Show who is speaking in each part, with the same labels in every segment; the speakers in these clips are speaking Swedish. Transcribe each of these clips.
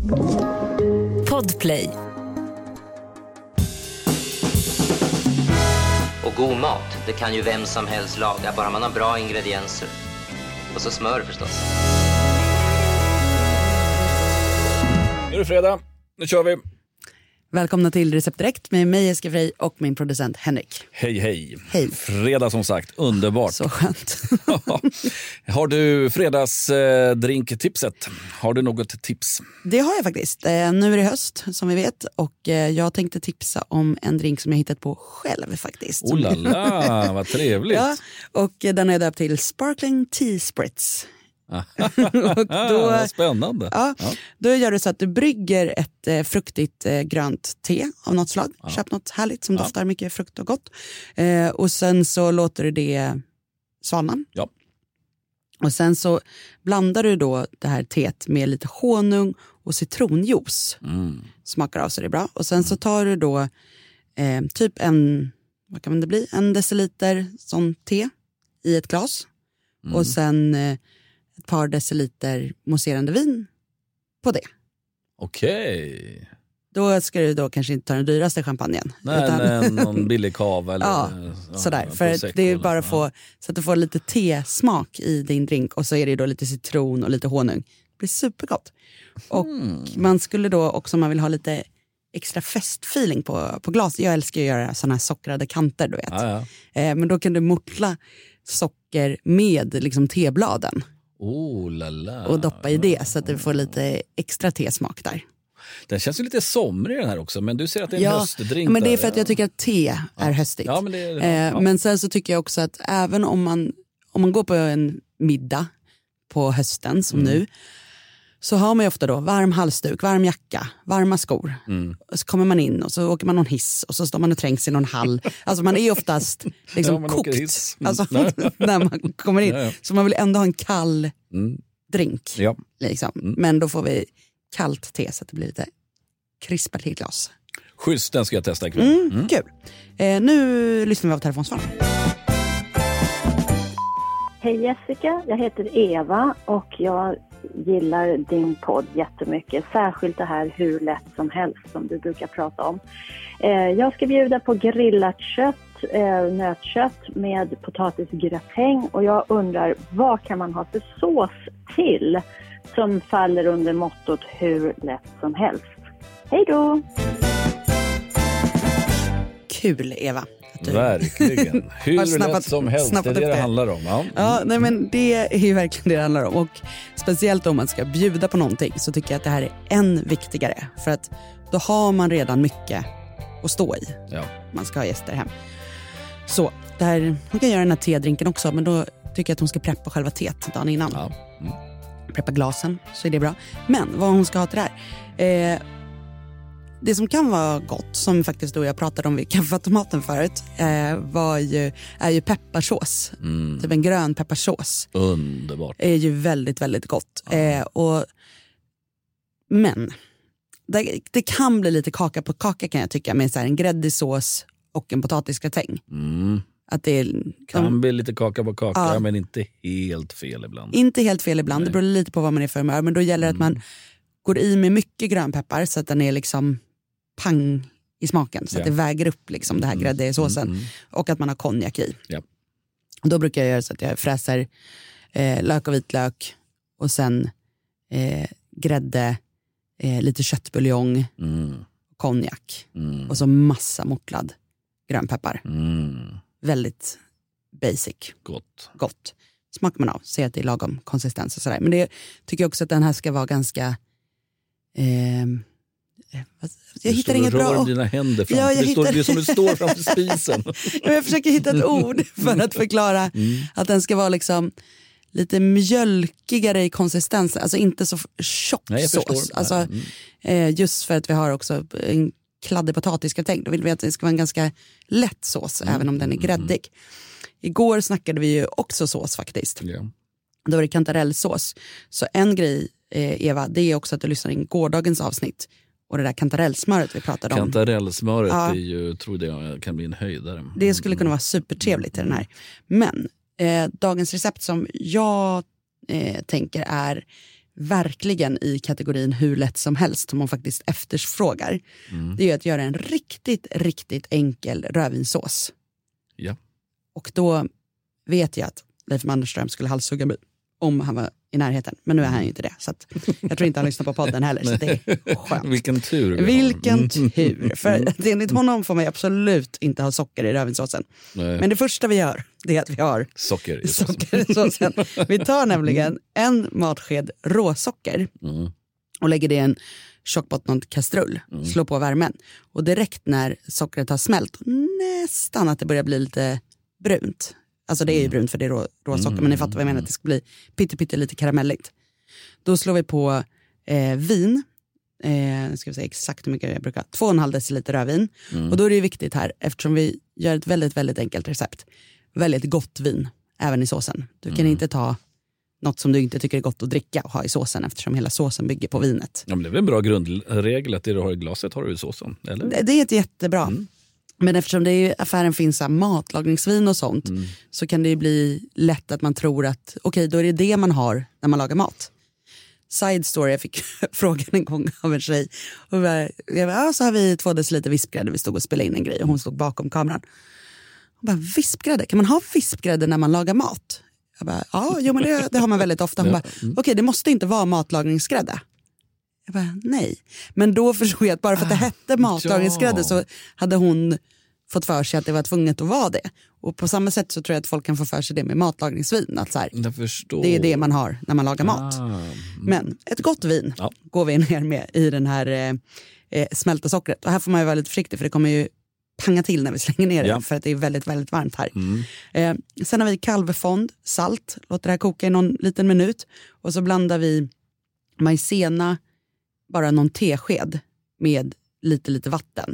Speaker 1: Podplay.
Speaker 2: Och god mat, det kan ju vem som helst laga, bara man har bra ingredienser. Och så smör förstås.
Speaker 3: Nu är det fredag, nu kör vi.
Speaker 4: Välkomna till Recept Direkt med mig Jessica Frey och min producent Henrik.
Speaker 3: Hej, hej.
Speaker 4: Hej.
Speaker 3: Fredag som sagt, underbart.
Speaker 4: Så skönt.
Speaker 3: Har du fredagsdrinktipset? Har du något tips?
Speaker 4: Det har jag faktiskt. Nu är det höst som vi vet och jag tänkte tipsa om en drink som jag hittat på själv faktiskt.
Speaker 3: Oh la la, vad trevligt.
Speaker 4: Ja, och den är döpt till Sparkling Tea Spritz.
Speaker 3: Och då, spännande.
Speaker 4: Ja, då gör du så att du brygger ett fruktigt grönt te av något slag. Ja. Köp något härligt som doftar mycket frukt och gott. Och sen så låter du det svalna.
Speaker 3: Ja.
Speaker 4: Och sen så blandar du då det här teet med lite honung och citronjuice. Smakar av så det är bra. Och sen så tar du då typ vad kan det bli? 1 deciliter sån te i ett glas. Och sen ett par deciliter mousserande vin på det.
Speaker 3: Okej.
Speaker 4: Då ska du då kanske inte ta den dyraste champagnen.
Speaker 3: Nej, utan någon billig kava eller
Speaker 4: sådär. För det är bara att få så att du får lite tesmak i din drink och så är det då lite citron och lite honung. Det blir supergott. Och man skulle då också, om man vill ha lite extra festfeeling på glas. Jag älskar att göra såna här sockrade kanter, du vet.
Speaker 3: Ja.
Speaker 4: Men då kan du mortla socker med liksom tebladen.
Speaker 3: Oh la la.
Speaker 4: Och doppa i det så att du får lite extra tesmak där.
Speaker 3: Den känns ju lite somrig den här också, men du ser att det är en höstdrink.
Speaker 4: Men det är
Speaker 3: där,
Speaker 4: för att jag tycker att te är höstigt.
Speaker 3: Ja, men,
Speaker 4: men sen så tycker jag också att även om man går på en middag på hösten som nu, så har man ju ofta då varm halsduk, varm jacka, varma skor. Och så kommer man in och så åker man någon hiss och så står man och trängs i någon hall. Alltså man är oftast liksom kokt alltså, när man kommer in. Ja. Så man vill ändå ha en kall drink. Ja. Liksom. Men då får vi kallt te så att det blir lite krispat i glas.
Speaker 3: Schysst, den ska jag testa ikväll.
Speaker 4: Kul. Nu lyssnar vi på telefonsvar.
Speaker 5: Hej Jessica, jag heter Eva och jag gillar din podd jättemycket. Särskilt det här hur lätt som helst som du brukar prata om. Jag ska bjuda på grillat kött, nötkött med potatisgratäng och jag undrar vad kan man ha för sås till som faller under mottot hur lätt som helst. Hej då!
Speaker 4: Kul Eva.
Speaker 3: Verkligen. Hur lätt som helst, det är det handlar om.
Speaker 4: Ja, nej, men det är ju verkligen det handlar om. Och speciellt om man ska bjuda på någonting så tycker jag att det här är än viktigare. För att då har man redan mycket att stå i. Ja. Man ska ha gäster hem. Så hon kan göra den här tedrinken också, men då tycker jag att hon ska preppa själva teet dagen innan. Ja. Preppa glasen, så är det bra. Men vad hon ska ha till det här... Det som kan vara gott, som faktiskt då jag pratade om vid kaffeautomaten förut, är ju pepparsås. Typ en grön pepparsås.
Speaker 3: Underbart.
Speaker 4: Är ju väldigt, väldigt gott. Men det kan bli lite kaka på kaka kan jag tycka, med så här en gräddig sås och en potatisgratäng. Att det
Speaker 3: kan bli lite kaka på kaka, men inte helt fel ibland.
Speaker 4: Inte helt fel ibland, det beror lite på vad man är för humör. Men då gäller det att man går i med mycket grönpeppar så att den är liksom pang i smaken. Så att det väger upp liksom det här gräddiga såsen. Och att man har konjak i. Då brukar jag göra så att jag fräser lök och vitlök. Och sen grädde, lite köttbuljong, konjak. Och så massa mortlad grönpeppar. Väldigt basic. Gott. Smakar man av, ser att det är lagom konsistens och sådär. Men det tycker jag också att den här ska vara ganska... jag hittar inget bra...
Speaker 3: Du dina händer framför. Det är som du står framför spisen.
Speaker 4: Jag försöker hitta ett ord för att förklara att den ska vara liksom lite mjölkigare i konsistens. Alltså inte så tjock sås. Alltså, just för att vi har också en kladdig potatisgratäng. Då vill vi att det ska vara en ganska lätt sås, även om den är gräddig. Igår snackade vi ju också sås faktiskt. Yeah. Då var det kantarellsås. Så en grej, Eva, det är också att du lyssnar in gårdagens avsnitt. Och det där kantarellsmöret vi pratade om.
Speaker 3: Kantarellsmöret är ju, tror jag kan bli en höjdare.
Speaker 4: Det skulle kunna vara supertrevligt i den här. Men dagens recept som jag tänker är verkligen i kategorin hur lätt som helst som man faktiskt efterfrågar. Det är ju att göra en riktigt, riktigt enkel rödvinssås.
Speaker 3: Ja.
Speaker 4: Och då vet jag att Leif Mannerström skulle halshugga mig om han var i närheten. Men nu är han ju inte det. Så att jag tror inte han lyssnar på podden heller. Så det är skönt.
Speaker 3: Vilken tur.
Speaker 4: Vilken tur. För enligt honom får man absolut inte ha socker i rödvinssåsen. Men det första vi gör, det är att vi har
Speaker 3: socker
Speaker 4: i såsen. Vi tar nämligen en matsked råsocker och lägger det i en tjockbottnad kastrull. Slår på värmen. Och direkt när sockret har smält, nästan att det börjar bli lite brunt. Alltså det är ju brunt för det är råsocker, men ni fattar vad jag menar, att det ska bli pytte lite karamelligt. Då slår vi på vin, ska vi säga exakt hur mycket jag brukar, 2,5 deciliter rödvin. Och då är det ju viktigt här, eftersom vi gör ett väldigt, väldigt enkelt recept, väldigt gott vin även i såsen. Du kan inte ta något som du inte tycker är gott att dricka och ha i såsen, eftersom hela såsen bygger på vinet.
Speaker 3: Ja, men det är väl en bra grundregel att det du har i glaset har du i såsen, eller?
Speaker 4: Det är ett jättebra. Men eftersom det i affären finns matlagningsvin och sånt så kan det ju bli lätt att man tror att okej, då är det det man har när man lagar mat. Side story, jag fick frågan en gång av en tjej. Och så har vi 2 deciliter vispgrädde, vi stod och spelade in en grej och hon stod bakom kameran. Hon bara, vispgrädde? Kan man ha vispgrädde när man lagar mat? Jag bara, ja, jo, men det har man väldigt ofta. Hon bara, okej, det måste inte vara matlagningsgrädde. Jag bara, nej. Men då förstod jag att bara för att det hette matlagningsgrädde så hade hon fått för sig att det var tvunget att vara det. Och på samma sätt så tror jag att folk kan få för sig det med matlagningsvin. Att så här, det är det man har när man lagar mat. Men ett gott vin går vi ner med i den här smälta sockret. Och här får man ju vara lite försiktig för det kommer ju panga till när vi slänger ner det. För att det är väldigt, väldigt varmt här. Sen har vi kalvefond, salt. Låter det här koka i någon liten minut. Och så blandar vi maizena, bara någon tesked med lite vatten.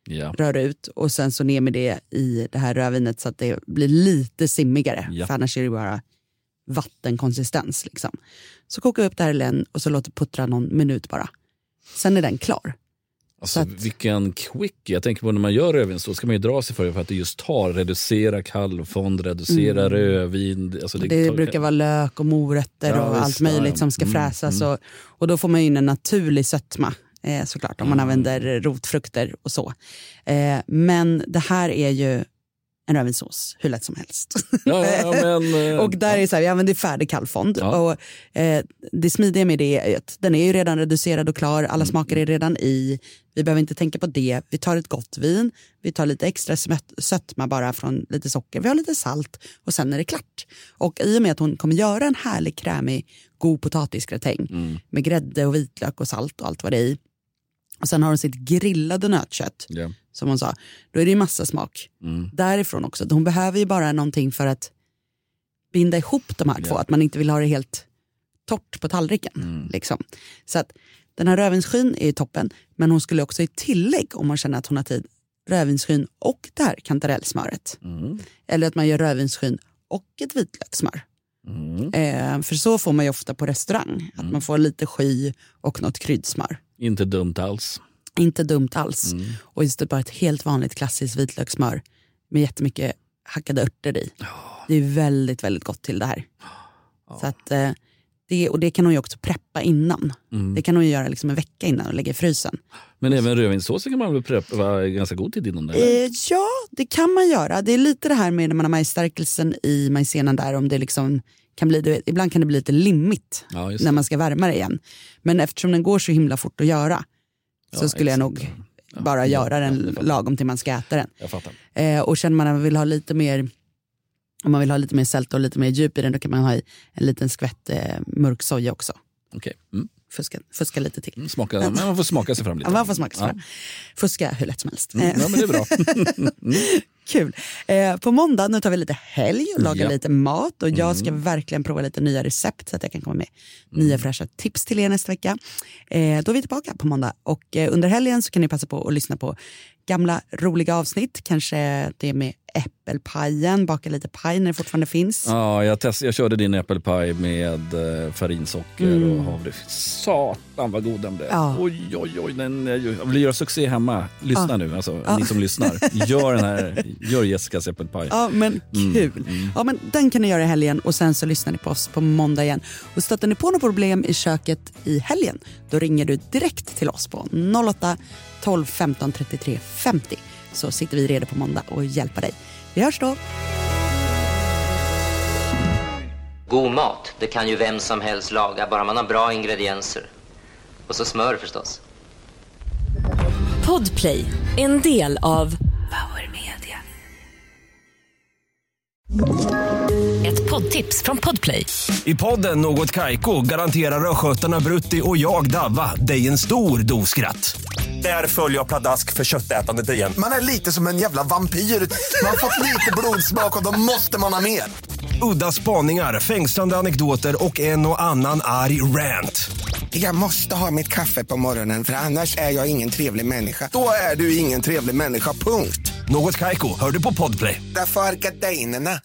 Speaker 4: Rör ut och sen så ner med det i det här rödvinet så att det blir lite simmigare. För annars är det bara vattenkonsistens liksom. Så kokar vi upp det här igen och så låter puttra någon minut bara. Sen är den klar.
Speaker 3: Alltså vilken quick. Jag tänker på när man gör rödvin så ska man ju dra sig för att det just tar, reducera kalvfond, reducera rödvin. Alltså
Speaker 4: det brukar vara lök och morötter och allt möjligt som ska fräsas. Och då får man in en naturlig sötma. Såklart om man använder rotfrukter och så. Men det här är ju en rödvinssås hur lätt som helst. Och där är så här, vi använder färdig kalvfond. Och det smidiga med det är att den är ju redan reducerad och klar. Alla smaker är redan i. Vi behöver inte tänka på det. Vi tar ett gott vin. Vi tar lite extra sötma bara från lite socker. Vi har lite salt och sen är det klart. Och i och med att hon kommer göra en härlig krämig god potatisgratäng med grädde och vitlök och salt och allt vad det är i. Och sen har hon sitt grillade nötkött som hon sa. Då är det ju massa smak därifrån också. Hon behöver ju bara någonting för att binda ihop de här två. Att man inte vill ha det helt torrt på tallriken. Liksom. Så att den här rödvinsskyn är ju toppen. Men hon skulle också i tillägg, om man känner att hon har tid, rödvinsskyn och det här kantarellsmöret. Eller att man gör rödvinsskyn och ett vitlökssmör. För så får man ju ofta på restaurang. Att man får lite sky och något kryddsmör.
Speaker 3: Inte dumt alls.
Speaker 4: Inte dumt alls. Och just det, bara ett helt vanligt klassiskt vitlökssmör med jättemycket hackade örter i. Det är väldigt, väldigt gott till det här. Så att det kan hon ju också preppa innan. Det kan hon ju göra liksom en vecka innan och lägga i frysen.
Speaker 3: Men även rödvinssåsen kan man väl preppa ganska god tid innan det?
Speaker 4: Ja, det kan man göra. Det är lite det här med när man har majsstärkelsen i majsenan där, om det liksom kan bli, ibland kan det bli lite limmigt när man ska värma det igen. Men eftersom den går så himla fort att göra så skulle jag nog bara göra den lagom till man ska äta den.
Speaker 3: Jag fattar.
Speaker 4: Och känner man att man vill ha lite mer, om man vill ha lite mer sälta och lite mer djup i den, då kan man ha i en liten skvätt mörk soja också.
Speaker 3: Okej.
Speaker 4: Fuska lite till.
Speaker 3: Men man får smaka sig fram lite.
Speaker 4: Man får smaka sig fram. Fuska hur lätt som helst.
Speaker 3: Ja, men det är bra.
Speaker 4: Kul. På måndag, nu tar vi lite helg och lagar lite mat. Och jag ska verkligen prova lite nya recept så att jag kan komma med nya fräscha tips till er nästa vecka. Då är vi tillbaka på måndag. Och under helgen så kan ni passa på att lyssna på gamla roliga avsnitt. Kanske det med äppelpajen, baka lite paj när det fortfarande finns.
Speaker 3: Ja, jag körde din äppelpaj med farinsocker och havre. Satan vad god den blev.
Speaker 4: Ja.
Speaker 3: Oj, jag vill göra succé hemma. Lyssna nu, alltså, ni som lyssnar. Gör Jessicas äppelpaj.
Speaker 4: Ja, men kul. Ja, men den kan ni göra i helgen och sen så lyssnar ni på oss på måndag igen. Och stöter ni på något problem i köket i helgen, då ringer du direkt till oss på 08 12 15 33 50. Så sitter vi redo på måndag och hjälper dig. Vi hörs då.
Speaker 2: God mat, det kan ju vem som helst laga, bara man har bra ingredienser. Och så smör förstås.
Speaker 1: Podplay, en del av Power Media. Ett poddtips från Podplay.
Speaker 6: I podden Något Kaiko garanterar röskötarna Brutti och jag Davva dig en stor doskratt. Där följer jag pladask för köttätandet igen.
Speaker 7: Man är lite som en jävla vampyr. Man har fått lite blodsmak och då måste man ha mer.
Speaker 6: Udda spaningar, fängslande anekdoter och en och annan arg rant.
Speaker 7: Jag måste ha mitt kaffe på morgonen för annars är jag ingen trevlig människa. Då är du ingen trevlig människa, punkt.
Speaker 6: Något Kaiko, hör du på Podplay.
Speaker 7: Därför är gardinerna.